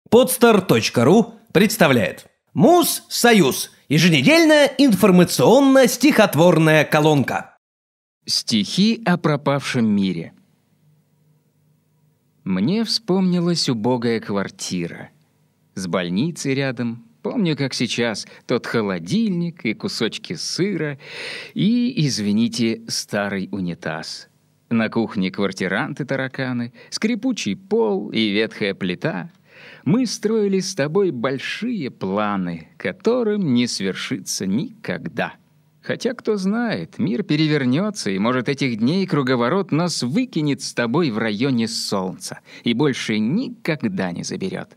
Podster.ru представляет Муз-Союз. Еженедельная информационно-стихотворная колонка. Стихи о пропавшем мире. Мне вспомнилась убогая квартира. С больницей рядом, помню как сейчас, тот холодильник и кусочки сыра, и, извините, старый унитаз. На кухне квартиранты-тараканы, скрипучий пол и ветхая плита. Мы строили с тобой большие планы, которым не свершится никогда. Хотя, кто знает, мир перевернется, и, может, этих дней круговорот нас выкинет с тобой в районе солнца и больше никогда не заберет.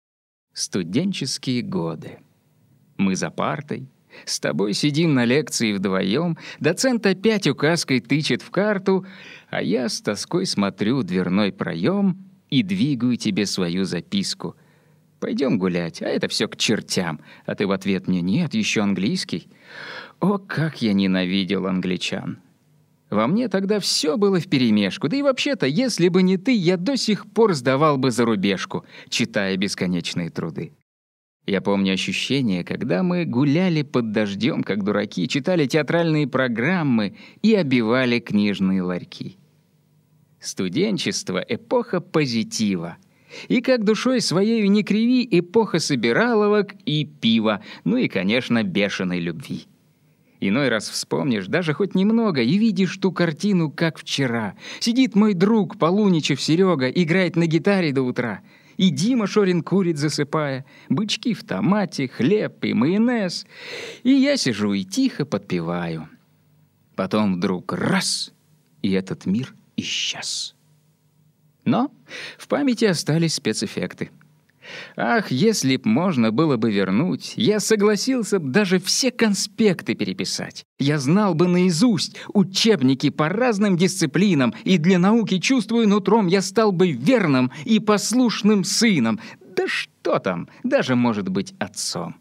Студенческие годы. Мы за партой, с тобой сидим на лекции вдвоем, доцент опять указкой тычет в карту, а я с тоской смотрю в дверной проем и двигаю тебе свою записку. Пойдем гулять, а это все к чертям. А ты в ответ мне: нет, еще английский. О, как я ненавидел англичан. Во мне тогда все было вперемешку. Да и вообще-то, если бы не ты, я до сих пор сдавал бы за рубежку, читая бесконечные труды. Я помню ощущение, когда мы гуляли под дождем, как дураки, читали театральные программы и обивали книжные ларьки. Студенчество — эпоха позитива. И как душой своею не криви, эпоха собираловок и пива, ну и, конечно, бешеной любви. Иной раз вспомнишь даже хоть немного и видишь ту картину, как вчера. Сидит мой друг Полуничев Серега, играет на гитаре до утра. И Дима Шорин курит, засыпая. Бычки в томате, хлеб и майонез. И я сижу и тихо подпеваю. Потом вдруг раз — и этот мир исчез. Но в памяти остались спецэффекты. Ах, если б можно было бы вернуть, я согласился бы даже все конспекты переписать. Я знал бы наизусть учебники по разным дисциплинам, и для науки, чувствую нутром, я стал бы верным и послушным сыном. Да что там, даже, может быть, отцом.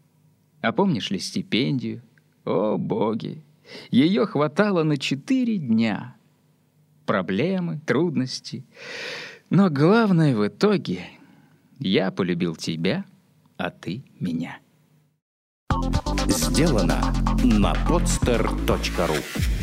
А помнишь ли стипендию? О, боги! Ее хватало на 4 дня. Проблемы, трудности. Но главное в итоге — я полюбил тебя, а ты меня. Сделано на podster.ru.